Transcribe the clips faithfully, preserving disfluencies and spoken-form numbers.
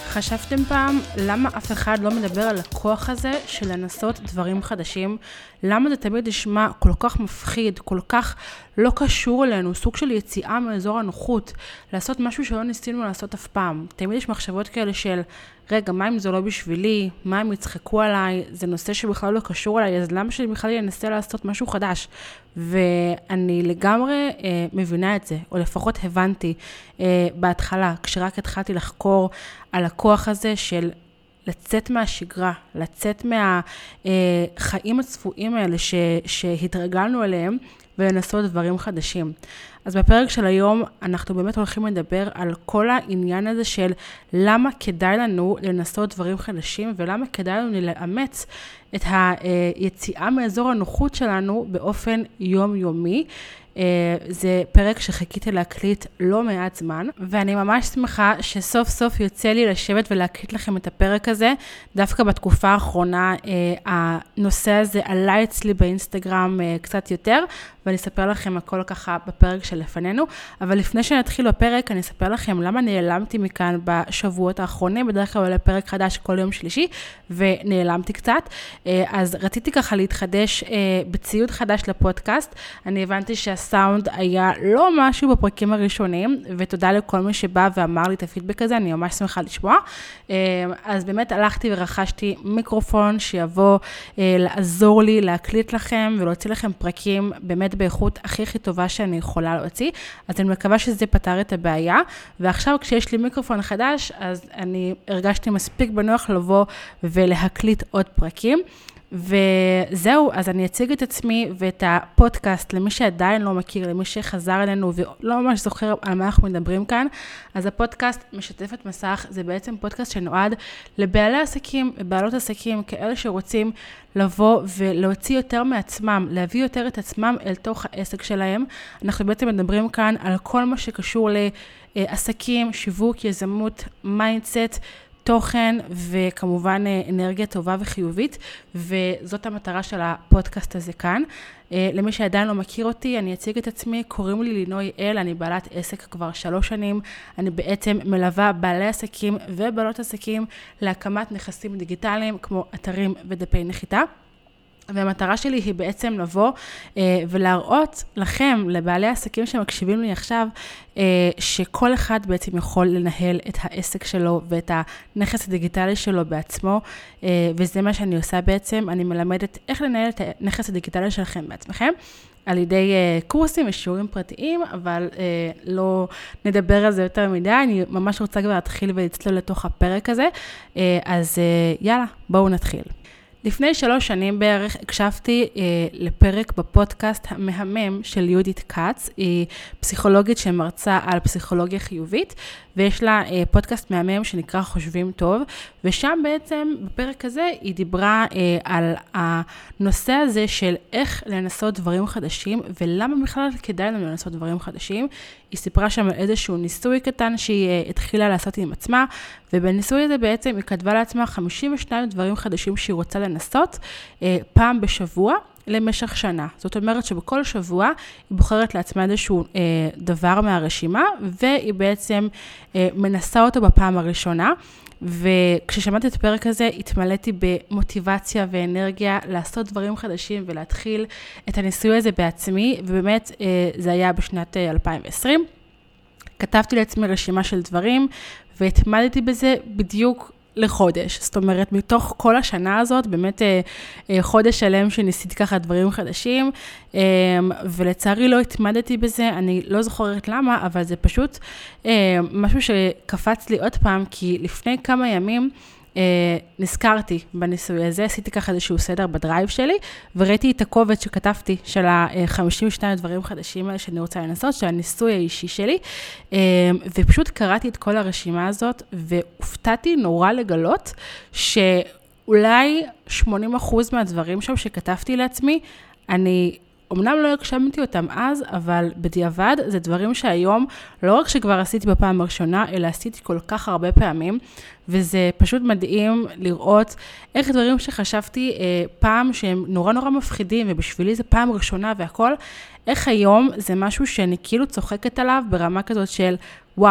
חשבתם פעם למה אף אחד לא מדבר על הכוח הזה של לנסות דברים חדשים? למה זה תמיד נשמע כל כך מפחיד, כל כך לא קשור אלינו, סוג של יציאה מאזור הנוחות, לעשות משהו שלא ניסינו לעשות אף פעם? תמיד יש מחשבות כאלה של, רגע, מה אם זה לא בשבילי? מה אם יצחקו עליי? זה נושא שבכלל לא קשור אליי, אז למה שאני בכלל אנסה לעשות משהו חדש? ואני לגמרי אה, מבינה את זה, או לפחות הבנתי אה, בהתחלה, כשרק התחלתי לחקור על הכוח הזה של לצאת מהשגרה, לצאת מהחיים הצפויים האלה ש, שהתרגלנו אליהם, ולנסות דברים חדשים. אז בפרק של היום אנחנו באמת הולכים לדבר על כל העניין הזה של למה כדאי לנו לנסות דברים חדשים, ולמה כדאי לנו לאמץ את היציאה מאזור הנוחות שלנו באופן יומיומי. זה פרק שחיכיתי להקליט לא מעט זמן, ואני ממש שמחה שסוף סוף יוצא לי לשבת ולהקליט לכם את הפרק הזה. דווקא בתקופה האחרונה הנושא הזה עלה אצלי באינסטגרם קצת יותר, ואני אספר לכם הכל ככה בפרק שלפנינו. אבל לפני שנתחיל בפרק, אני אספר לכם למה נעלמתי מכאן בשבועות האחרונים. בדרך כלל עולה פרק חדש כל יום שלישי, ונעלמתי קצת. אז רציתי ככה להתחדש בציוד חדש לפודקאסט. אני הבנתי שהסאונד היה לא משהו בפרקים הראשונים, ותודה לכל מי שבא ואמר לי את הפידבק הזה, אני ממש שמחה לשמוע. אז באמת הלכתי ורכשתי מיקרופון שיבוא לעזור לי להקליט לכם ולהוציא לכם פרקים באמת באיכות הכי הכי טובה שאני יכולה להוציא. אז אני מקווה שזה פתר את הבעיה, ועכשיו כשיש לי מיקרופון חדש, אז אני הרגשתי מספיק בנוח לבוא ולהקליט עוד פרקים. וזהו, אז אני אציג את עצמי ואת הפודקאסט למי שעדיין לא מכיר, למי שחזר אלינו ולא ממש זוכר על מה אנחנו מדברים כאן. אז הפודקאסט משתפת מסך, זה בעצם פודקאסט שנועד לבעלי עסקים ובעלות עסקים, כאלה שרוצים לבוא ולהוציא יותר מעצמם, להביא יותר את עצמם אל תוך העסק שלהם. אנחנו בעצם מדברים כאן על כל מה שקשור לעסקים, שיווק, יזמות, מיינדסט, תוכן וכמובן אנרגיה טובה וחיובית, וזאת המטרה של הפודקאסט הזה כאן. למי שעדיין לא מכיר אותי, אני אציג את עצמי, קוראים לי לינוי אל, אני בעלת עסק כבר שלוש שנים, אני בעצם מלווה בעלי עסקים ובעלות עסקים להקמת נכסים דיגיטליים כמו אתרים ודפי נחיתה. והמטרה שלי היא בעצם לבוא אה, ולהראות לכם, לבעלי העסקים שמקשיבים לי עכשיו, אה, שכל אחד בעצם יכול לנהל את העסק שלו ואת הנכס הדיגיטלי שלו בעצמו, אה, וזה מה שאני עושה בעצם. אני מלמדת איך לנהל את הנכס הדיגיטלי שלכם בעצמכם, על ידי uh, קורסים ושיעורים פרטיים, אבל uh, לא נדבר על זה יותר מדי. אני ממש רוצה כבר להתחיל ולצלול לתוך הפרק הזה, uh, אז uh, יאללה, בואו נתחיל. לפני שלוש שנים בערך הקשבתי אה, לפרק בפודקאסט המהמם של יהודית קץ, היא פסיכולוגית שמרצה על פסיכולוגיה חיובית, ויש לה אה, פודקאסט מהמם שנקרא חושבים טוב, ושם בעצם בפרק הזה היא דיברה אה, על הנושא הזה של איך לנסות דברים חדשים, ולמה בכלל כדאי לנו לנסות דברים חדשים. היא סיפרה שם על איזשהו ניסוי קטן שהיא אה, התחילה לעשות עם עצמה, ובניסוי הזה בעצם היא כתבה לעצמה חמישים ושניים דברים חדשים שהיא רוצה לנסות אה, פעם בשבוע למשך שנה. זאת אומרת שבכל שבוע היא בוחרת לעצמה איזשהו אה, דבר מהרשימה, והיא בעצם אה, מנסה אותו בפעם הראשונה. וכששמעתי את הפרק הזה התמלאתי במוטיבציה ואנרגיה לעשות דברים חדשים ולהתחיל את הניסוי הזה בעצמי, ובאמת אה, זה היה בשנת אה, אלפיים ועשרים. כתבתי לעצמי רשימה של דברים והתמדתי בזה בדיוק לחודש. זאת אומרת, מתוך כל השנה הזאת, באמת חודש שלם שניסיתי ככה דברים חדשים, ולצערי לא התמדתי בזה, אני לא זוכרת למה, אבל זה פשוט משהו שקפץ לי עוד פעם, כי לפני כמה ימים נזכרתי בניסוי הזה, עשיתי ככה איזשהו סדר בדרייב שלי, וראיתי את הקובץ שכתבתי של ה-חמישים ושניים דברים חדשים האלה שאני רוצה לנסות, של הניסוי האישי שלי, ופשוט קראתי את כל הרשימה הזאת, והופתעתי נורא לגלות, שאולי שמונים אחוז מהדברים שם שכתבתי לעצמי, אני אמנם לא הקשבתי אותם אז, אבל בדיעבד זה דברים שהיום, לא רק שכבר עשיתי בפעם הראשונה, אלא עשיתי כל כך הרבה פעמים, וזה פשוט מדהים לראות איך דברים שחשבתי אה, פעם שהם נורא נורא מפחידים, ובשבילי זה פעם ראשונה והכל, איך היום זה משהו שאני כאילו צוחקת עליו ברמה כזאת של, וואו,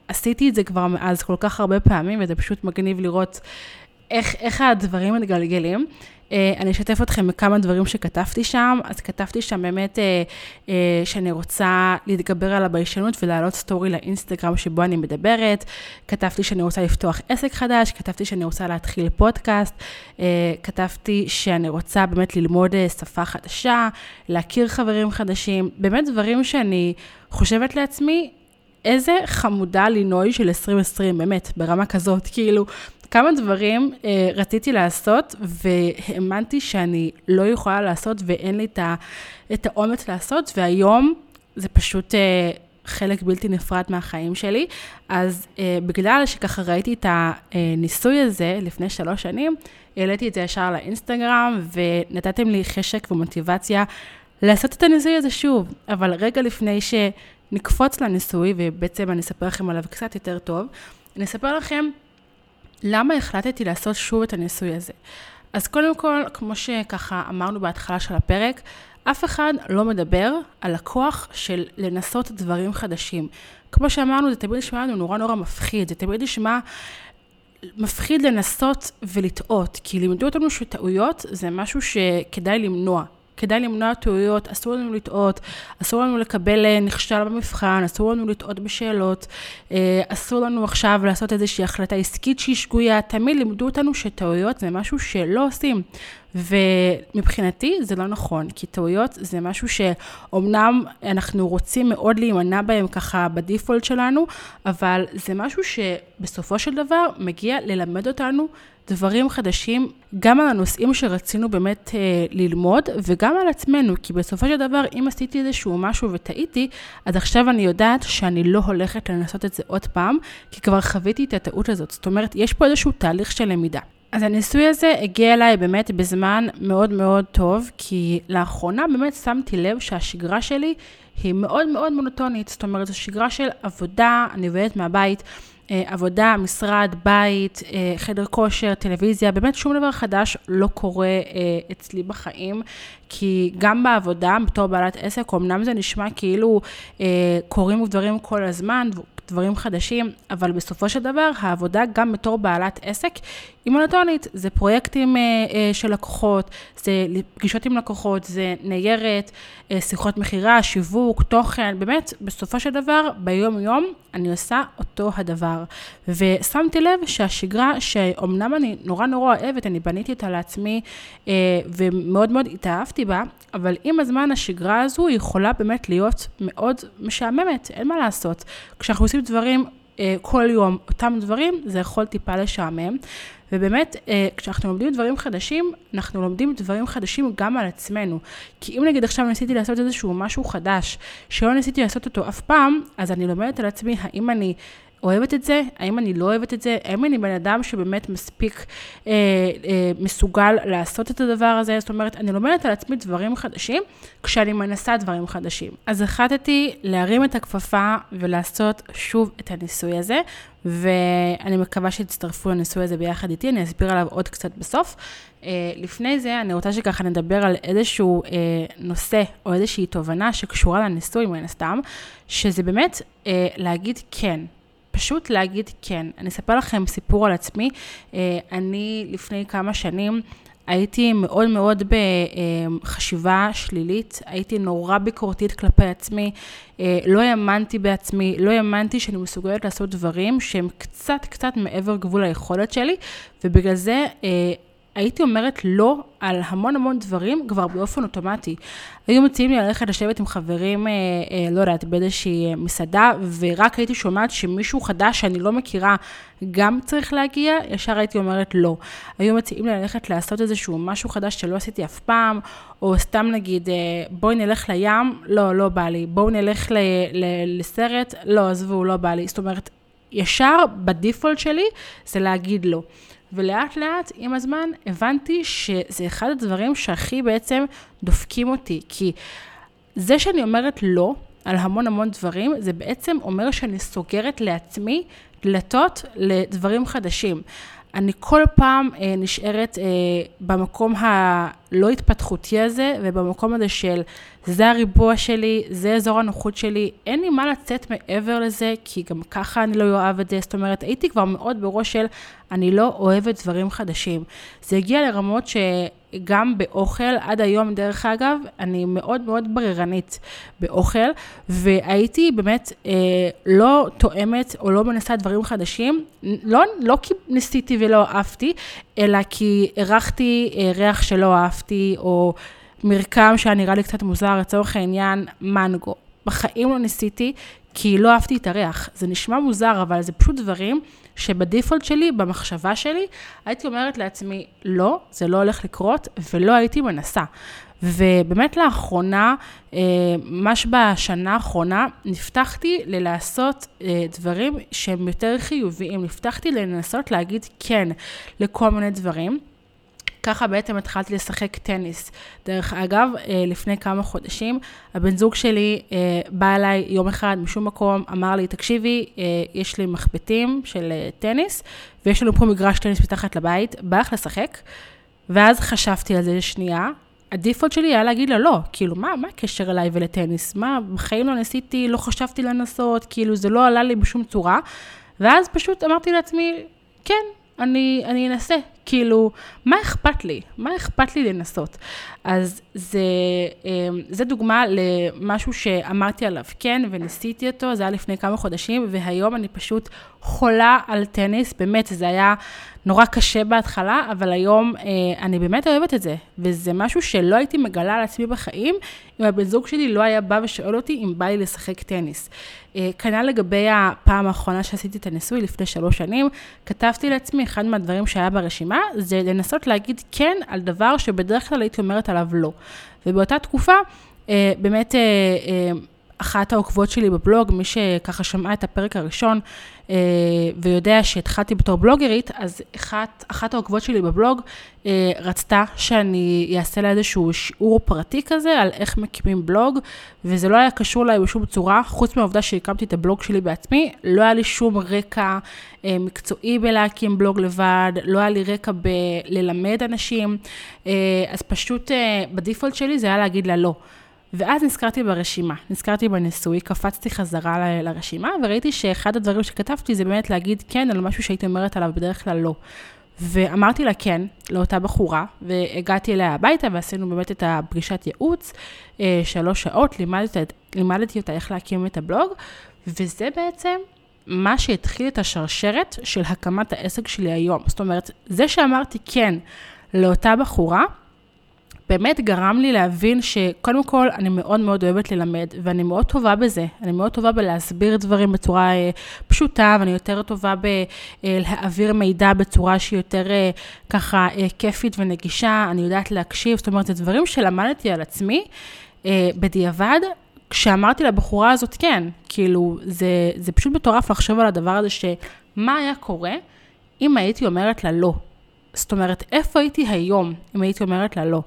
עשיתי את זה כבר מאז כל כך הרבה פעמים, וזה פשוט מגניב לראות איך, איך הדברים מתגלגלים. אני אשתף אתכם בכמה דברים שכתבתי שם, אז כתבתי שם באמת שאני רוצה להתגבר על הביישנות ולהעלות סטורי לאינסטגרם שבו אני מדברת, כתבתי שאני רוצה לפתוח עסק חדש, כתבתי שאני רוצה להתחיל פודקאסט, כתבתי שאני רוצה באמת ללמוד שפה חדשה, להכיר חברים חדשים, באמת דברים שאני חושבת לעצמי, איזה חמודה לינוי של עשרים עשרים, באמת, ברמה כזאת, כאילו, כמה דברים אה, רציתי לעשות, והאמנתי שאני לא יכולה לעשות, ואין לי את, ה, את האומץ לעשות, והיום זה פשוט אה, חלק בלתי נפרד מהחיים שלי, אז אה, בגלל שככה ראיתי את הניסוי הזה לפני שלוש שנים, העליתי את זה ישר לאינסטגרם, ונתתם לי חשק ומוטיבציה לעשות את הניסוי הזה שוב, אבל רגע לפני שנקפוץ לניסוי, ובעצם אני אספר לכם עליו קצת יותר טוב, אני אספר לכם למה החלטתי לעשות שוב את הניסוי הזה. אז קודם כל, כמו שככה אמרנו בהתחלה של הפרק, אף אחד לא מדבר על הכוח של לנסות דברים חדשים. כמו שאמרנו, זה תמיד נשמע לנו נורא נורא מפחיד, זה תמיד נשמע מפחיד לנסות ולטעות, כי לימדו אותנו שטעויות זה משהו שכדאי למנוע. כדאי למנוע טעויות, אסור לנו לטעות, אסור לנו לקבל נכשל במבחן, אסור לנו לטעות בשאלות, אסור לנו עכשיו לעשות איזושהי החלטה עסקית שהיא שגויה, תמיד לימדו אותנו שטעויות זה משהו שלא עושים, ומבחינתי זה לא נכון, כי טעויות זה משהו שאומנם אנחנו רוצים מאוד להימנע בהם ככה בדיפולט שלנו, אבל זה משהו שבסופו של דבר מגיע ללמד אותנו דברים חדשים, גם על הנושאים שרצינו באמת אה, ללמוד, וגם על עצמנו, כי בסופו של דבר, אם עשיתי איזשהו משהו וטעיתי, אז עכשיו אני יודעת שאני לא הולכת לנסות את זה עוד פעם, כי כבר חוויתי את הטעות הזאת. זאת אומרת, יש פה איזשהו תהליך של למידה. אז הניסוי הזה הגיע אליי באמת בזמן מאוד מאוד טוב, כי לאחרונה באמת שמתי לב שהשגרה שלי היא מאוד מאוד מונוטונית. זאת אומרת, זו שגרה של עבודה, אני עובדת מהבית, עבודה, משרד, בית, חדר כושר, טלוויזיה, באמת שום דבר חדש לא קורה אצלי בחיים, כי גם בעבודה, בתור בעלת עסק, אמנם זה נשמע כאילו קורים דברים כל הזמן, דברים חדשים, אבל בסופו של דבר, העבודה גם בתור בעלת עסק היא מונוטונית. זה פרויקטים של לקוחות, זה פגישות עם לקוחות, זה ניירת, שיחות מחירה, שיווק, תוכן, באמת, בסופו של דבר, ביום יום, אני עושה אותו הדבר. ושמתי לב שהשגרה, שאומנם אני נורא נורא אוהבת, אני בניתי אותה לעצמי, ומאוד מאוד התאהבתי בה, אבל עם הזמן השגרה הזו יכולה באמת להיות מאוד משעממת, אין מה לעשות. כשאנחנו עושים דברים כל יום, אותם דברים, זה יכול טיפה לשעמם, ובאמת, כשאנחנו לומדים דברים חדשים, אנחנו לומדים דברים חדשים גם על עצמנו. כי אם נגיד עכשיו ניסיתי לעשות איזשהו משהו חדש, שלא ניסיתי לעשות אותו אף פעם, אז אני לומדת על עצמי, האם אני אוהבת את זה, האם אני לא אוהבת את זה, האם אני בן אדם שבאמת מספיק אה, אה, מסוגל לעשות את הדבר הזה, זאת אומרת, אני לומדת על עצמי דברים חדשים, כשאני מנסה דברים חדשים. אז החלטתי להרים את הכפפה ולעשות שוב את הניסוי הזה, ואני מקווה שתצטרפו לניסוי הזה ביחד איתי, אני אסביר עליו עוד קצת בסוף. אה, לפני זה, אני רוצה שככה נדבר על איזשהו אה, נושא, או איזושהי תובנה שקשורה לניסוי, מן הסתם, שזה באמת אה, להגיד כן. פשוט להגיד כן. אני אספר לכם סיפור על עצמי. אני לפני כמה שנים הייתי מאוד מאוד בחשיבה שלילית, הייתי נורא ביקורתית כלפי עצמי, לא האמנתי בעצמי, לא האמנתי שאני מסוגלת לעשות דברים שהם קצת קצת מעבר גבול היכולת שלי, ובגלל זה הייתי אומרת לא על המון המון דברים כבר באופן אוטומטי. היו מציעים לי ללכת לשבת עם חברים, אה, אה, לא יודעת, באיזושהי מסעדה, ורק הייתי שומעת שמישהו חדש שאני לא מכירה גם צריך להגיע, ישר הייתי אומרת לא. היו מציעים לי ללכת לעשות איזשהו משהו חדש שלא עשיתי אף פעם, או סתם נגיד, אה, בואי נלך לים, לא, לא בא לי. בואו נלך ל- ל- לסרט, לא, עזבו, לא בא לי. זאת אומרת, ישר בדיפולט שלי זה להגיד לא. ולאט לאט עם הזמן הבנתי שזה אחד הדברים שהכי בעצם דופקים אותי, כי זה שאני אומרת לא על המון המון דברים, זה בעצם אומר שאני סוגרת לעצמי דלתות לדברים חדשים. אני כל פעם אה, נשארת אה, במקום הלא התפתחותי הזה, ובמקום הזה של זה הריבוע שלי, זה אזור הנוחות שלי, אין לי מה לצאת מעבר לזה, כי גם ככה אני לא אוהב את זה, זאת אומרת, הייתי כבר מאוד בראש של אני לא אוהבת דברים חדשים. זה הגיע לרמות שגם באוכל, עד היום דרך אגב, אני מאוד מאוד בררנית באוכל, והייתי באמת אה, לא תואמת או לא מנסה דברים חדשים, לא, לא כי ניסיתי ולא אהבתי, אלא כי ערכתי אה, ריח שלא אהבתי, או מרקם שהיה נראה לי קצת מוזר, לצורך העניין מנגו. בחיים לא ניסיתי, כי לא אהבתי את הריח. זה נשמע מוזר, אבל זה פשוט דברים שבדיפולט שלי, במחשבה שלי, הייתי אומרת לעצמי, לא, זה לא הולך לקרות, ולא הייתי מנסה. ובאמת לאחרונה, ממש בשנה האחרונה, נפתחתי ללעשות דברים שהם יותר חיוביים. נפתחתי לנסות להגיד כן לכל מיני דברים. ככה בעצם התחלתי לשחק טניס. דרך אגב, לפני כמה חודשים, הבן זוג שלי בא אליי יום אחד משום מקום, אמר לי, תקשיבי, יש לי מחבטים של טניס, ויש לנו פה מגרש טניס מתחת לבית, בא לך לשחק, ואז חשבתי על זה שנייה, הדיפולט שלי היה להגיד לה לא, כאילו, מה, מה הקשר אליי ולטניס? מה, בחיים לא ניסיתי, לא חשבתי לנסות, כאילו, זה לא עלה לי בשום צורה, ואז פשוט אמרתי לעצמי, כן, אני, אני אנסה, כאילו, מה אכפת לי? מה אכפת לי לנסות? אז זה, זה דוגמה למשהו שאמרתי עליו, כן, וניסיתי אותו, זה היה לפני כמה חודשים, והיום אני פשוט חולה על טניס, באמת, זה היה נורא קשה בהתחלה, אבל היום אני באמת אוהבת את זה, וזה משהו שלא הייתי מגלה על עצמי בחיים, אם הבן זוג שלי לא היה בא ושואל אותי אם בא לי לשחק טניס. כנ"ל לגבי הפעם האחרונה שעשיתי את הניסוי, לפני שלוש שנים, כתבתי לעצמי, אחד מהדברים שהיה ברשימה, זה לנסות להגיד כן על דבר שבדרך כלל הייתי אומרת עליו לא. ובאותה תקופה, באמת, אחת העוקבות שלי בבלוג, מי שככה שמעה את הפרק הראשון, ויודע שהתחלתי בתור בלוגרית, אז אחת, אחת העוקבות שלי בבלוג רצתה שאני אעשה לה איזשהו שיעור פרטי כזה, על איך מקימים בלוג, וזה לא היה קשור אליי בשום צורה, חוץ מהעובדה שהקמתי את הבלוג שלי בעצמי, לא היה לי שום רקע מקצועי בלהקים בלוג לבד, לא היה לי רקע בללמד אנשים, אז פשוט בדיפולט שלי זה היה להגיד לה לא. ואז נזכרתי ברשימה, נזכרתי בניסוי, קפצתי חזרה ל- לרשימה, וראיתי שאחד הדברים שכתבתי זה באמת להגיד כן על משהו שהייתי אומרת עליו בדרך כלל לא. ואמרתי לה כן, לאותה בחורה, והגעתי אליה הביתה, ועשינו באמת את הפגישת ייעוץ, שלוש שעות, לימדתי, לימדתי אותה איך להקים את הבלוג, וזה בעצם מה שהתחיל את השרשרת של הקמת העסק שלי היום. זאת אומרת, זה שאמרתי כן לאותה בחורה, באמת גרם לי להבין שקודם כל אני מאוד מאוד אוהבת ללמד, ואני מאוד טובה בזה. אני מאוד טובה בלהסביר דברים בצורה פשוטה, ואני יותר טובה בלהעביר מידע בצורה שהיא יותר ככה כיפית ונגישה. אני יודעת להקשיב, זאת אומרת, זה דברים שלמדתי על עצמי בדיעבד, כשאמרתי לבחורה הזאת כן, כאילו זה, זה פשוט מטורף לחשוב על הדבר הזה שמה היה קורה אם הייתי אומרת לה לא. זאת אומרת, איפה הייתי היום אם הייתי אומרת לה לא?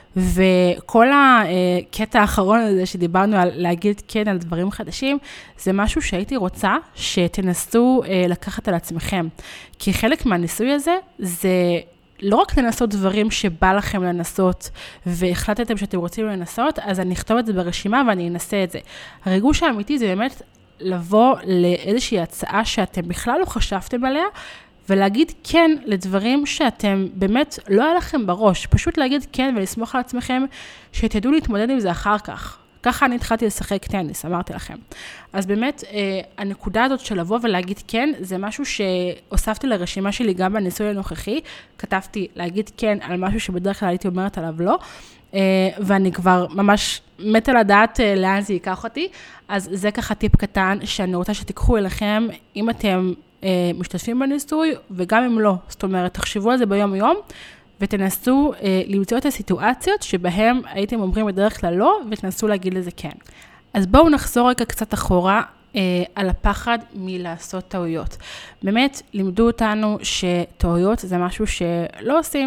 וכל הקטע האחרון הזה שדיברנו על להגיד כן על דברים חדשים, זה משהו שהייתי רוצה שתנסו לקחת על עצמכם. כי חלק מהניסוי הזה זה לא רק לנסות דברים שבא לכם לנסות, והחלטתם שאתם רוצים לנסות, אז אני אכתוב את זה ברשימה ואני אנסה את זה. הריגוש האמיתי זה באמת לבוא לאיזושהי הצעה שאתם בכלל לא חשבתם עליה, ולהגיד כן לדברים שאתם באמת לא היה לכם בראש. פשוט להגיד כן ולסמוך על עצמכם שתדעו להתמודד עם זה אחר כך. ככה אני התחלתי לשחק טניס, אמרתי לכם. אז באמת, הנקודה הזאת של לבוא ולהגיד כן, זה משהו שהוספתי לרשימה שלי גם בניסוי הנוכחי. כתבתי להגיד כן על משהו שבדרך כלל הייתי אומרת עליו לא, ואני כבר ממש מתה לדעת לאן זה ייקח אותי. אז זה ככה טיפ קטן שאני רוצה שתיקחו אליכם, אם אתם משתתפים בניסוי, וגם אם לא. זאת אומרת, תחשבו על זה ביום יום, ותנסו אה, למצוא את הסיטואציות שבהם הייתם אומרים בדרך כלל לא, ותנסו להגיד לזה כן. אז בואו נחזור רגע קצת אחורה אה, על הפחד מלעשות טעויות. באמת, לימדו אותנו שטעויות זה משהו שלא עושים.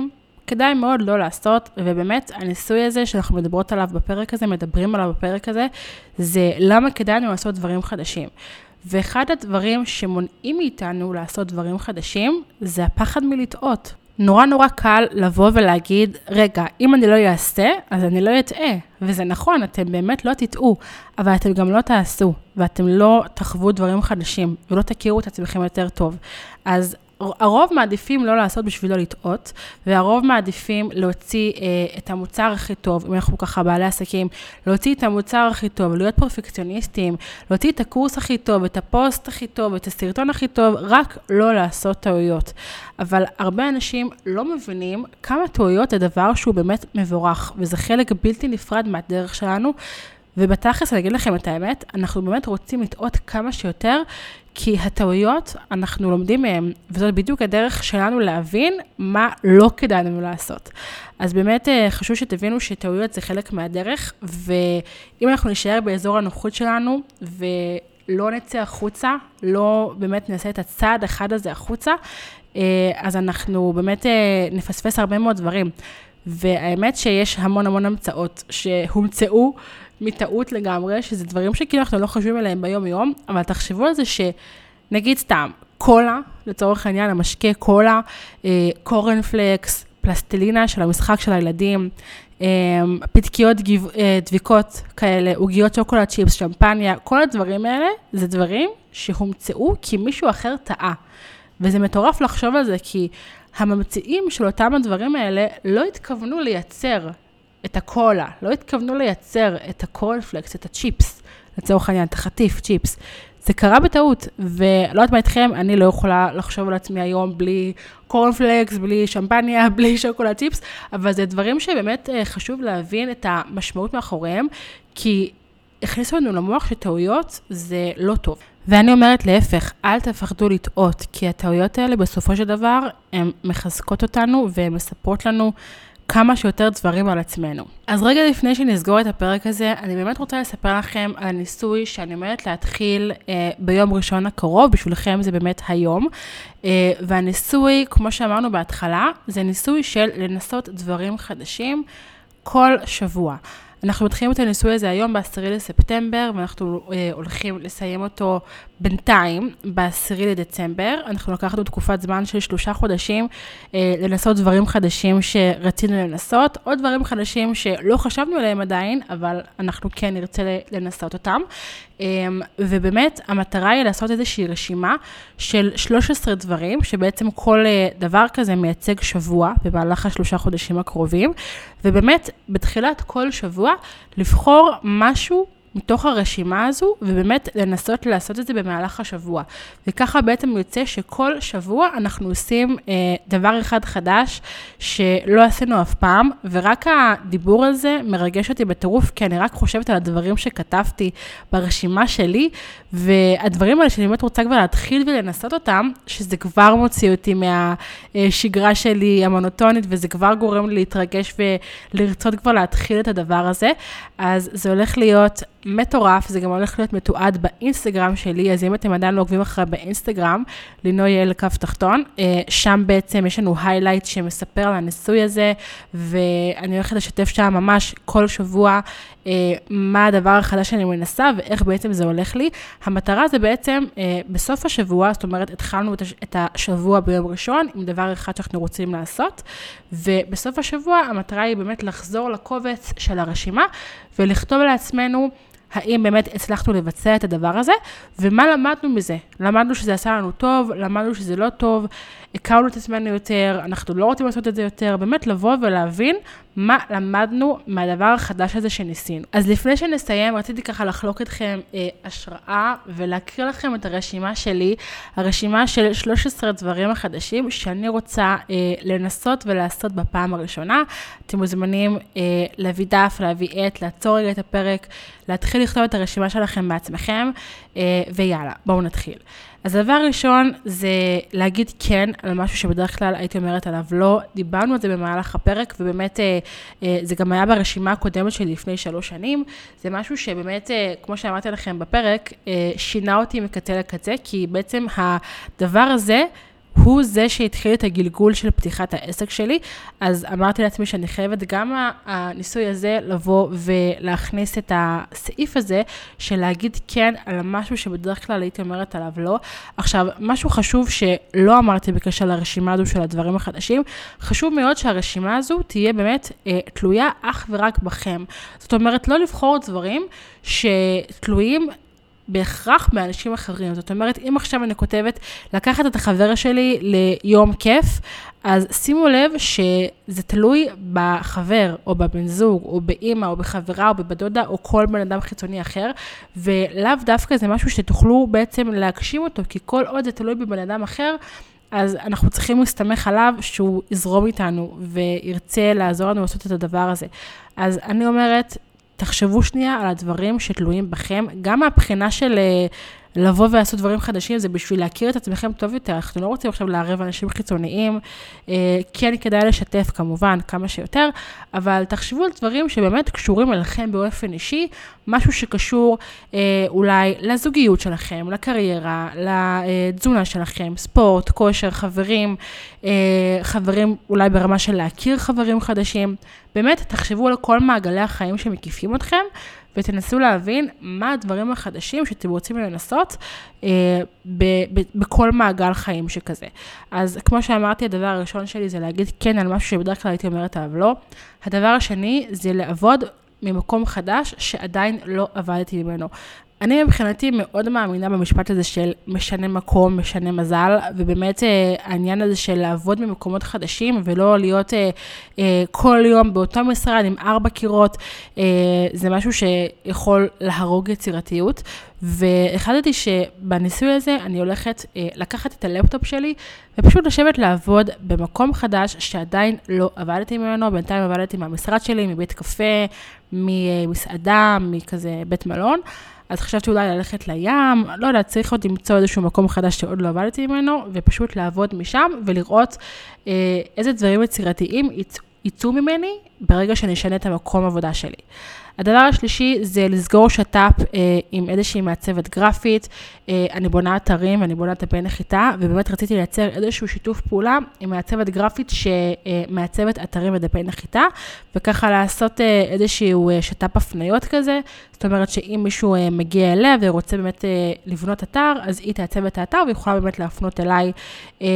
כדאי מאוד לא לעשות, ובאמת הניסוי הזה שאנחנו מדברות עליו בפרק הזה, מדברים עליו בפרק הזה, זה למה כדאי לנו לעשות דברים חדשים. ואחד הדברים שמונעים מאיתנו לעשות דברים חדשים, זה הפחד מלטעות. נורא נורא קל לבוא ולהגיד, רגע, אם אני לא אעשה, אז אני לא אטעה. וזה נכון, אתם באמת לא תטעו, אבל אתם גם לא תעשו, ואתם לא תחוו דברים חדשים, ולא תכירו את עצמכם יותר טוב. אז הרוב מעדיפים לא לעשות בשביל לא לטעות, והרוב מעדיפים להוציא אה, את המוצר הכי טוב, אם אנחנו ככה בעלי עסקים, להוציא את המוצר הכי טוב, להיות פרפקציוניסטים, להוציא את הקורס הכי טוב, את הפוסט הכי טוב, את הסרטון הכי טוב, רק לא לעשות טעויות. אבל הרבה אנשים לא מבינים כמה טעויות זה דבר שהוא באמת מבורך, וזה חלק בלתי נפרד מהדרך שלנו, ובתכלס אני אגיד לכם את האמת, אנחנו באמת רוצים לטעות כמה שיותר, כי הטעויות אנחנו לומדים מהם, וזאת בדיוק הדרך שלנו להבין מה לא כדאי לנו לעשות. אז באמת חשוב שתבינו שטעויות זה חלק מהדרך, ואם אנחנו נשאר באזור הנוחות שלנו, ולא נצא החוצה, לא באמת נעשה את הצעד אחד הזה החוצה, אז אנחנו באמת נפספס הרבה מאוד דברים. והאמת שיש המון המון המצאות שהומצאו מטעות לגמרי, שזה דברים שכאילו אנחנו לא חושבים עליהם ביום יום, אבל תחשבו על זה שנגיד סתם, קולה, לצורך העניין, המשקה קולה, קורנפלקס, פלסטלינה של המשחק של הילדים, פתקיות דביקות כאלה, עוגיות שוקולד צ'יפס, שמפניה, כל הדברים האלה, זה דברים שהומצאו כי מישהו אחר טעה. וזה מטורף לחשוב על זה, כי הממציאים של אותם הדברים האלה לא התכוונו לייצר את הקולה, לא התכוונו לייצר את הקורנפלקס, את הצ'יפס, לצורך העניין, את החטיף, צ'יפס. זה קרה בטעות, ולא יודעת מה איתכם, אני לא יכולה לחשוב על עצמי היום בלי קורנפלקס, בלי שמפניה, בלי שוקולד צ'יפס, אבל זה דברים שבאמת חשוב להבין את המשמעות מאחוריהם, כי הכניסו לנו למוח שטעויות זה לא טוב. ואני אומרת להפך, אל תפחדו לטעות, כי הטעויות האלה בסופו של דבר, הן מחזקות אותנו והן מספרות לנו כמה שיותר דברים על עצמנו. אז רגע לפני שנסגור את הפרק הזה, אני באמת רוצה לספר לכם על הניסוי שאני אומרת להתחיל אה, ביום ראשון הקרוב, בשבילכם זה באמת היום. אה, והניסוי, כמו שאמרנו בהתחלה, זה ניסוי של לנסות דברים חדשים כל שבוע. אנחנו מתחילים את הניסוי הזה היום בעשירי לספטמבר, ואנחנו אה, הולכים לסיים אותו בינתיים בעשירי לדצמבר. אנחנו לקחנו תקופת זמן של שלושה חודשים אה, לנסות דברים חדשים שרצינו לנסות, עוד דברים חדשים שלא חשבנו עליהם עדיין, אבל אנחנו כן נרצה לנסות אותם. אה, ובאמת המטרה היא לעשות איזושהי רשימה של שלושה עשר דברים, שבעצם כל אה, דבר כזה מייצג שבוע במהלך השלושה חודשים הקרובים, ובאמת בתחילת כל שבוע לבחור משהו מתוך הרשימה הזו, ובאמת לנסות לעשות את זה במהלך השבוע. וככה בעצם יוצא שכל שבוע אנחנו עושים אה, דבר אחד חדש שלא עשינו אף פעם, ורק הדיבור על זה מרגש אותי בטירוף, כי אני רק חושבת על הדברים שכתבתי ברשימה שלי, והדברים האלה שאני באמת רוצה כבר להתחיל ולנסות אותם, שזה כבר מוציא אותי מהשגרה שלי המונוטונית, וזה כבר גורם לי להתרגש ולרצות כבר להתחיל את הדבר הזה. אז זה הולך להיות מטורף, זה גם הולך להיות מתועד באינסטגרם שלי, אז אם אתם עדיין לא עוקבים אחרי באינסטגרם, לינוי יעל קו תחתון, שם בעצם יש לנו היילייט שמספר על הניסוי הזה, ואני הולכת לשתף שם ממש כל שבוע מה הדבר החדש שאני מנסה, ואיך בעצם זה הולך לי. המטרה זה בעצם בסוף השבוע, זאת אומרת, התחלנו את השבוע ביום ראשון, עם דבר אחד שאנחנו רוצים לעשות, ובסוף השבוע המטרה היא באמת לחזור לקובץ של הרשימה, ולכתוב לעצמנו האם באמת הצלחנו לבצע את הדבר הזה, ומה למדנו מזה. למדנו שזה עשה לנו טוב, למדנו שזה לא טוב, הכרנו את עצמנו יותר, אנחנו לא רוצים לעשות את זה יותר, באמת לבוא ולהבין מה למדנו מהדבר החדש הזה שניסינו. אז לפני שנסיים, רציתי ככה לחלוק אתכם אה, השראה, ולהקריא לכם את הרשימה שלי, הרשימה של שלושה עשר דברים החדשים, שאני רוצה אה, לנסות ולעשות בפעם הראשונה. אתם מוזמנים אה, להביא דף, להביא עת, לעצור רגע את הפרק, להתחיל לכתוב את הרשימה שלכם בעצמכם, אה, ויאללה, בואו נתחיל. אז הדבר ראשון זה להגיד כן על משהו שבדרך כלל הייתי אומרת עליו לא. דיברנו על זה במהלך הפרק, ובאמת זה גם היה ברשימה הקודמת שלי לפני שלוש שנים. זה משהו שבאמת, כמו שאמרתי לכם בפרק, שינה אותי מקצה לקצה, כי בעצם הדבר הזה הוא זה שהתחיל את הגלגול של פתיחת העסק שלי, אז אמרתי לעצמי שאני חייבת גם הניסוי הזה לבוא ולהכניס את הסעיף הזה, של להגיד כן על משהו שבדרך כלל הייתי אומרת עליו לא. עכשיו, משהו חשוב שלא אמרתי בקשר לרשימה הזו של הדברים החדשים, חשוב מאוד שהרשימה הזו תהיה באמת אה, תלויה אך ורק בכם. זאת אומרת, לא לבחור דברים שתלויים בהכרח מאנשים אחרים. זאת אומרת, אם עכשיו אני כותבת לקחת את החבר שלי ליום כיף, אז שימו לב שזה תלוי בחבר, או בבן זוג, או באמא, או בחברה, או בבדודה, או כל בן אדם חיצוני אחר, ולאו דווקא זה משהו שתוכלו בעצם להגשים אותו, כי כל עוד זה תלוי בבן אדם אחר, אז אנחנו צריכים להסתמך עליו שהוא יזרום איתנו, וירצה לעזור לנו לעשות את הדבר הזה. אז אני אומרת, תחשבו שנייה על הדברים שתלויים בכם, גם מהבחינה של לבוא ולעשות דברים חדשים, זה בשביל להכיר את עצמכם טוב יותר, אנחנו לא רוצים עכשיו לערב אנשים חיצוניים, כן כדאי לשתף כמובן כמה שיותר, אבל תחשבו על דברים שבאמת קשורים אליכם באופן אישי, משהו שקשור אולי לזוגיות שלכם, לקריירה, לתזונה שלכם, ספורט, כושר, חברים, חברים אולי ברמה של להכיר חברים חדשים, באמת תחשבו על כל מעגלי החיים שמקיפים אתכם, ותנסו להבין מה הדברים החדשים שאתם רוצים לנסות אה, ב- ב- בכל מעגל חיים שכזה. אז כמו שאמרתי, הדבר הראשון שלי זה להגיד כן על משהו שבדרך כלל הייתי אומרת עליו לא. הדבר השני זה לעבוד ממקום חדש שעדיין לא עבדתי ממנו. אני מבחינתי מאוד מאמינה במשפט הזה של משנה מקום, משנה מזל, ובאמת העניין הזה של לעבוד במקומות חדשים, ולא להיות אה, אה, כל יום באותו משרד עם ארבע קירות, אה, זה משהו שיכול להרוג יצירתיות, והחלטתי שבניסוי הזה אני הולכת אה, לקחת את הלפטופ שלי, ופשוט לשבת לעבוד במקום חדש שעדיין לא עבדתי ממנו, בינתיים עבדתי מהמשרד שלי, מבית קפה, ממסעדה, מכזה בית מלון, אז חשבתי אולי ללכת לים, לא יודע, צריך עוד למצוא איזשהו מקום חדש שעוד לא עבדתי ממנו, ופשוט לעבוד משם ולראות אה, איזה דברים יצירתיים יצאו ממני ברגע שאני אשנה את המקום עבודה שלי. הדבר השלישי זה לסגור שטאפ אה, עם איזושהי מעצבת גרפית, אה, אני בונה אתרים, אני בונה דפי נחיתה, ובאמת רציתי לייצר איזשהו שיתוף פעולה עם מעצבת גרפית שמעצבת אתרים ודפי נחיתה, וככה לעשות אה, איזשהו אה, שטאפ הפניות כזה, זאת אומרת שאם מישהו אה, מגיע אליה ורוצה באמת אה, לבנות אתר, אז היא תעצב את האתר ויכולה באמת להפנות אליי, אה,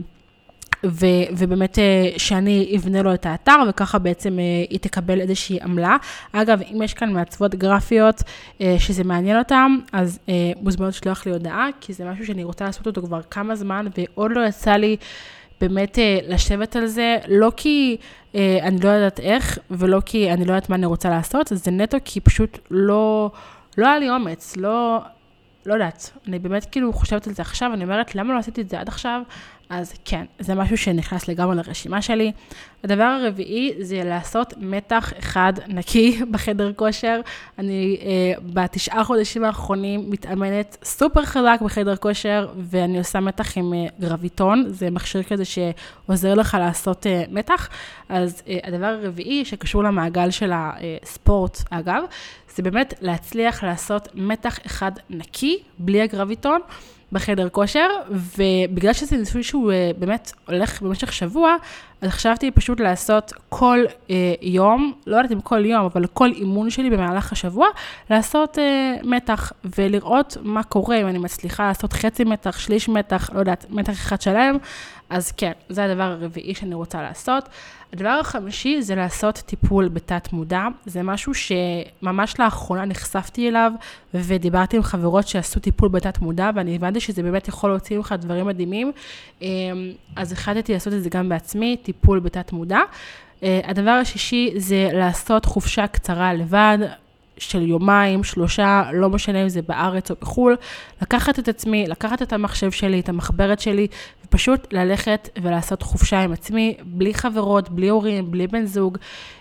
ו, ובאמת שאני אבנה לו את האתר, וככה בעצם היא תקבל איזושהי עמלה. אגב, אם יש כאן מעצבות גרפיות שזה מעניין אותם, אז מוזמנות לשלוח לי הודעה, כי זה משהו שאני רוצה לעשות אותו כבר כמה זמן, ועוד לא יצא לי באמת לשבת על זה, לא כי אני לא יודעת איך, ולא כי אני לא יודעת מה אני רוצה לעשות, אז זה נטו כי פשוט לא, לא היה לי אומץ, לא... לא יודעת, אני באמת כאילו חושבת על זה עכשיו, אני אומרת, למה לא עשיתי את זה עד עכשיו? אז כן, זה משהו שנכנס לגמרי לרשימה שלי. הדבר הרביעי זה לעשות מתח אחד נקי בחדר כושר. אני אה, בתשעה חודשים האחרונים מתאמנת סופר חזק בחדר כושר, ואני עושה מתח עם אה, גרביטון, זה מכשיר כזה שעוזר לך לעשות אה, מתח. אז אה, הדבר הרביעי שקשור למעגל של הספורט, אגב, זה באמת להצליח לעשות מתח אחד נקי, בלי הגרביטון, בחדר כושר, ובגלל שזה ניסוי שהוא באמת הולך במשך שבוע, אז חשבתי פשוט לעשות כל אה, יום, לא יודעת אם כל יום, אבל כל אימון שלי במהלך השבוע, לעשות אה, מתח, ולראות מה קורה, אם אני מצליחה לעשות חצי מתח, שליש מתח, לא יודעת, מתח אחד שלם, אז כן, זה הדבר הרביעי שאני רוצה לעשות. הדבר החמישי זה לעשות טיפול בתת מודע, זה משהו שממש לאחרונה נחשפתי אליו, ודיברתי עם חברות שעשו טיפול בתת מודע, ואני הבנתי שזה באמת יכול להוציא ממך דברים מדהימים, אז החלטתי לעשות את זה גם בעצמי, טיפול בתת מודע. הדבר השישי זה לעשות חופשה קצרה לבד, של יומיים, שלושה, לא משנה אם זה בארץ או בחול, לקחת את עצמי, לקחת את המחשב שלי, את המחברת שלי, ופשוט ללכת ולעשות חופשה עם עצמי, בלי חברות, בלי הורים, בלי בן זוג,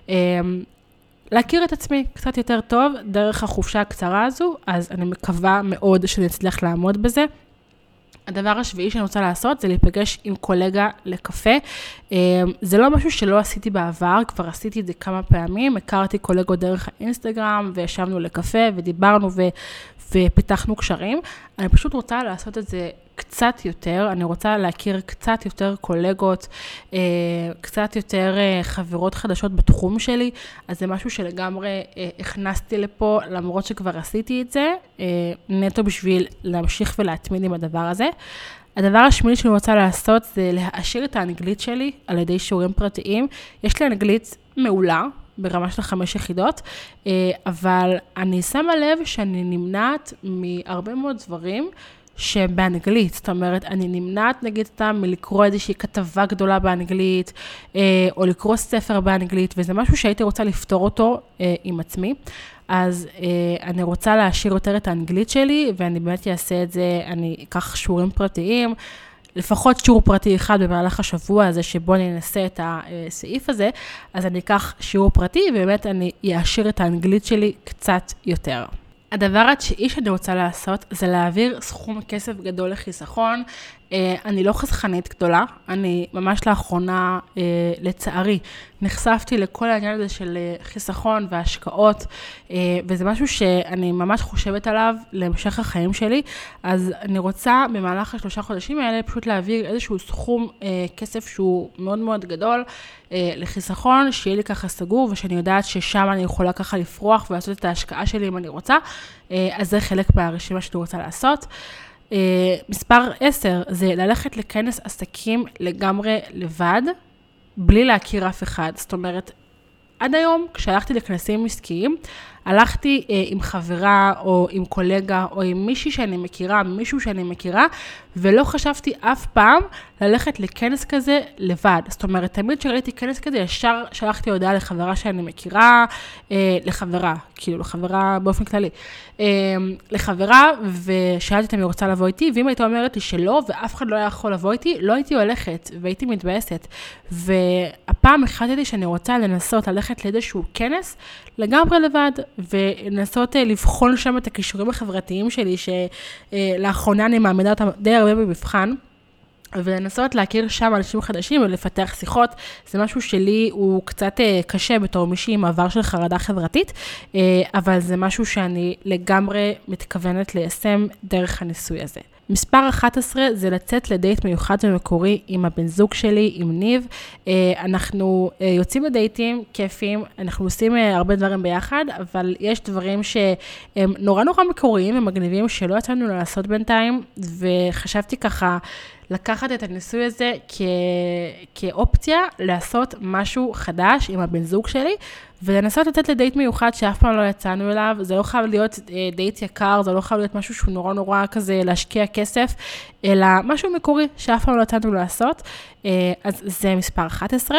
להכיר את עצמי קצת יותר טוב דרך החופשה הקצרה הזו, אז אני מקווה מאוד שאני אצליח לעמוד בזה. הדבר השביעי שאני רוצה לעשות זה להיפגש עם קולגה לקפה. זה לא משהו שלא עשיתי בעבר, כבר עשיתי את זה כמה פעמים, הכרתי קולגות דרך האינסטגרם וישבנו לקפה ודיברנו ו... ופיתחנו קשרים. אני פשוט רוצה לעשות את זה קצת יותר, אני רוצה להכיר קצת יותר קולגות, קצת יותר חברות חדשות בתחום שלי, אז זה משהו שלגמרי הכנסתי לפה, למרות שכבר עשיתי את זה, נטו בשביל להמשיך ולהתמיד עם הדבר הזה. הדבר השמיני שאני רוצה לעשות זה להעשיר את האנגלית שלי על ידי שיעורים פרטיים. יש לי אנגלית מעולה, ברמה של חמש יחידות, אבל אני שמה לב שאני נמנעת מהרבה מאוד דברים שבאנגלית, זאת אומרת, אני נמנעת נגיד סתם מלקרוא איזושהי כתבה גדולה באנגלית, או לקרוא ספר באנגלית, וזה משהו שהייתי רוצה לפתור אותו עם עצמי. אז אני רוצה להעשיר יותר את האנגלית שלי, ואני באמת אעשה את זה, אני אקח שיעורים פרטיים, לפחות שיעור פרטי אחד במהלך השבוע הזה, שבו אני אנסה את הסעיף הזה, אז אני אקח שיעור פרטי, ובאמת אני אעשיר את האנגלית שלי קצת יותר. הדבר התשיעי שאני רוצה לעשות, זה להעביר סכום כסף גדול לחיסכון. אני לא חסכנית גדולה, אני ממש לאחרונה, לצערי, נחשפתי לכל העניין הזה של חיסכון והשקעות, וזה משהו שאני ממש חושבת עליו להמשך החיים שלי, אז אני רוצה במהלך השלושה חודשים האלה פשוט להעביר איזשהו סכום כסף שהוא מאוד מאוד גדול לחיסכון, שיהיה לי ככה סגור, ושאני יודעת ששם אני יכולה ככה לפרוח ולעשות את ההשקעה שלי אם אני רוצה, אז זה חלק מהרשימה שאני רוצה לעשות. Uh, מספר עשר, זה ללכת לכנס עסקים לגמרי לבד, בלי להכיר אף אחד. זאת אומרת, עד היום, כשהלכתי לכנסים עסקיים, הלכתי uh, עם חברה או עם קולגה או עם מישהי שאני מכירה, מישהו שאני מכירה, ולא חשבתי אף פעם ללכת לכנס כזה לבד. זאת אומרת, תמיד שראיתי כנס כזה, ישר שלחתי הודעה לחברה שאני מכירה, אה, לחברה, כאילו לחברה באופן כללי, אה, לחברה, ושאלתי אותם אם היא רוצה לבוא איתי, ואם הייתה אומרת לי שלא, ואף אחד לא היה יכול לבוא איתי, לא הייתי הולכת, והייתי מתבאסת. והפעם החלטתי שאני רוצה לנסות ללכת לאיזשהו כנס, לגמרי לבד, ולנסות אה, לבחון שם את הכישורים החברתיים שלי, שלאחרונה אני מעמידה אותם די הרבה במבחן, ולנסות להכיר שם אנשים חדשים ולפתח שיחות. זה משהו שלי הוא קצת קשה בתור מישהי עם עבר של חרדה חברתית, אבל זה משהו שאני לגמרי מתכוונת ליישם דרך הניסוי הזה. מספר אחת עשרה זה לצאת לדייט מיוחד ומקורי עם הבן זוג שלי, עם ניב. אנחנו יוצאים לדייטים כיפים, אנחנו עושים הרבה דברים ביחד, אבל יש דברים שהם נורא נורא מקוריים ומגניבים שלא יצאנו לעשות בינתיים, וחשבתי ככה לקחת את הניסוי הזה כ... כאופציה לעשות משהו חדש עם הבן זוג שלי, ולנסות לצאת לדייט מיוחד שאף פעם לא יצאנו אליו. זה לא חייב להיות דייט יקר, זה לא חייב להיות משהו שהוא נורא נורא כזה להשקיע כסף, אלא משהו מקורי שאף פעם לא יצאנו לעשות. אז זה מספר אחת עשרה.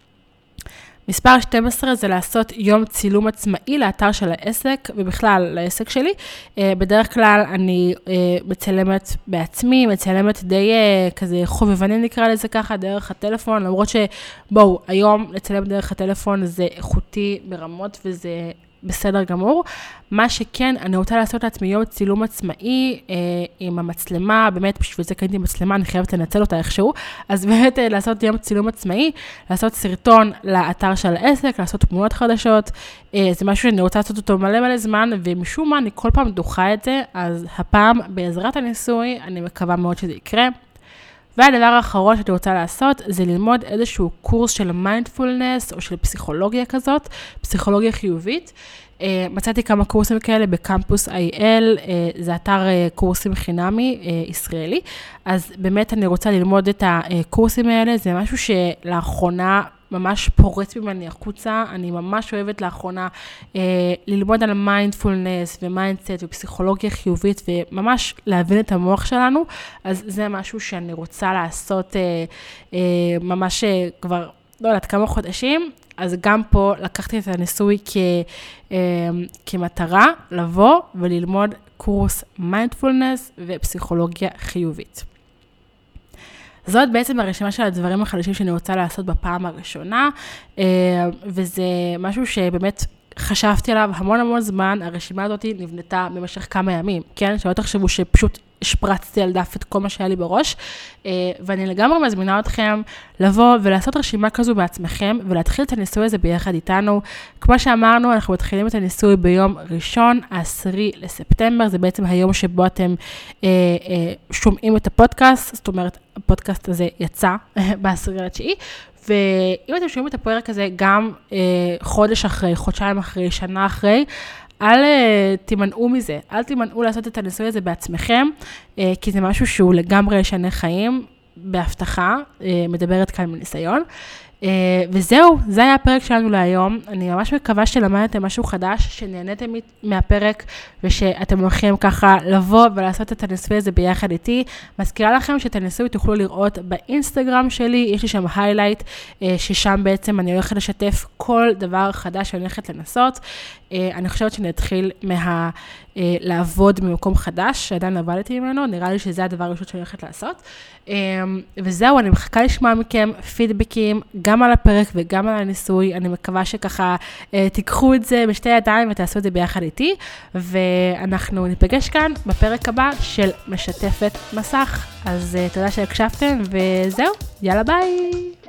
מספר שתים עשרה זה לעשות יום צילום עצמאי לאתר של העסק, ובכלל לעסק שלי. בדרך כלל אני מצלמת בעצמי, מצלמת די כזה חובבני נקרא לזה ככה, דרך הטלפון, למרות שבואו, היום לצלם דרך הטלפון זה איכותי ברמות וזה בסדר גמור. מה שכן, אני רוצה לעשות לעצמי יום צילום עצמאי אה, עם המצלמה, באמת בשביל זה קניתי מצלמה, אני חייבת לנצל אותה איכשהו, אז באמת אה, לעשות יום צילום עצמאי, לעשות סרטון לאתר של העסק, לעשות תמונות חדשות, אה, זה משהו שאני רוצה לעשות אותו מלא מלא זמן, ומשום מה אני כל פעם דוחה את זה, אז הפעם בעזרת הניסוי, אני מקווה מאוד שזה יקרה. והדבר האחרון שאני רוצה לעשות, זה ללמוד איזשהו קורס של מיינדפולנס, או של פסיכולוגיה כזאת, פסיכולוגיה חיובית. מצאתי כמה קורסים כאלה בקמפוס איי אל, זה אתר קורסים חינמי ישראלי, אז באמת אני רוצה ללמוד את הקורסים האלה, זה משהו שלאחרונה ממש פורץ ממני החוצה, אני ממש אוהבת לאחרונה אה, ללמוד על מיינדפולנס ומיינדסט ופסיכולוגיה חיובית, וממש להבין את המוח שלנו, אז זה משהו שאני רוצה לעשות אה, אה, ממש אה, כבר, לא יודעת, כמה חודשים, אז גם פה לקחתי את הניסוי כ, אה, כמטרה לבוא וללמוד קורס מיינדפולנס ופסיכולוגיה חיובית. זאת בעצם הרשימה של הדברים החדשים שאני רוצה לעשות בפעם הראשונה, וזה משהו שבאמת חשבתי עליו המון המון זמן, הרשימה הזאת נבנתה במשך כמה ימים, כן? שלא תחשבו שפשוט השפרצתי על דף את כל מה שהיה לי בראש, ואני לגמרי מזמינה אתכם לבוא ולעשות רשימה כזו בעצמכם, ולהתחיל את הניסוי הזה ביחד איתנו. כמו שאמרנו, אנחנו מתחילים את הניסוי ביום ראשון, העשירי לספטמבר, זה בעצם היום שבו אתם אה, אה, שומעים את הפודקאסט, זאת אומרת, הפודקאסט הזה יצא בעשירי לתשיעי, ואם אתם שומעים את הפרק הזה גם אה, חודש אחרי, חודשיים אחרי, שנה אחרי, אל תימנעו מזה, אל תימנעו לעשות את הניסוי הזה בעצמכם, כי זה משהו שהוא לגמרי ישנה חיים, בהבטחה, מדברת כאן מניסיון. וזהו, זה היה הפרק שלנו להיום. אני ממש מקווה שלמדתם משהו חדש, שנהניתם מהפרק, ושאתם הולכים ככה לבוא ולעשות את הניסוי הזה ביחד איתי. מזכירה לכם שאת הניסוי תוכלו לראות באינסטגרם שלי, יש לי שם highlight, ששם בעצם אני הולכת לשתף כל דבר חדש שאני הולכת לנסות. אני חושבת שאני אתחיל מה... לעבוד ממקום חדש, שעדיין עבדתי ממנו, נראה לי שזה הדבר הראשון שאני הולכת לעשות. וזהו, אני מחכה לשמוע מכם פידבקים, גם על הפרק וגם על הניסוי. אני מקווה שככה תיקחו את זה בשתי ידיים ותעשו את זה ביחד איתי, ואנחנו ניפגש כאן בפרק הבא של משתפת מסך. אז תודה שהקשבתם, וזהו, יאללה ביי!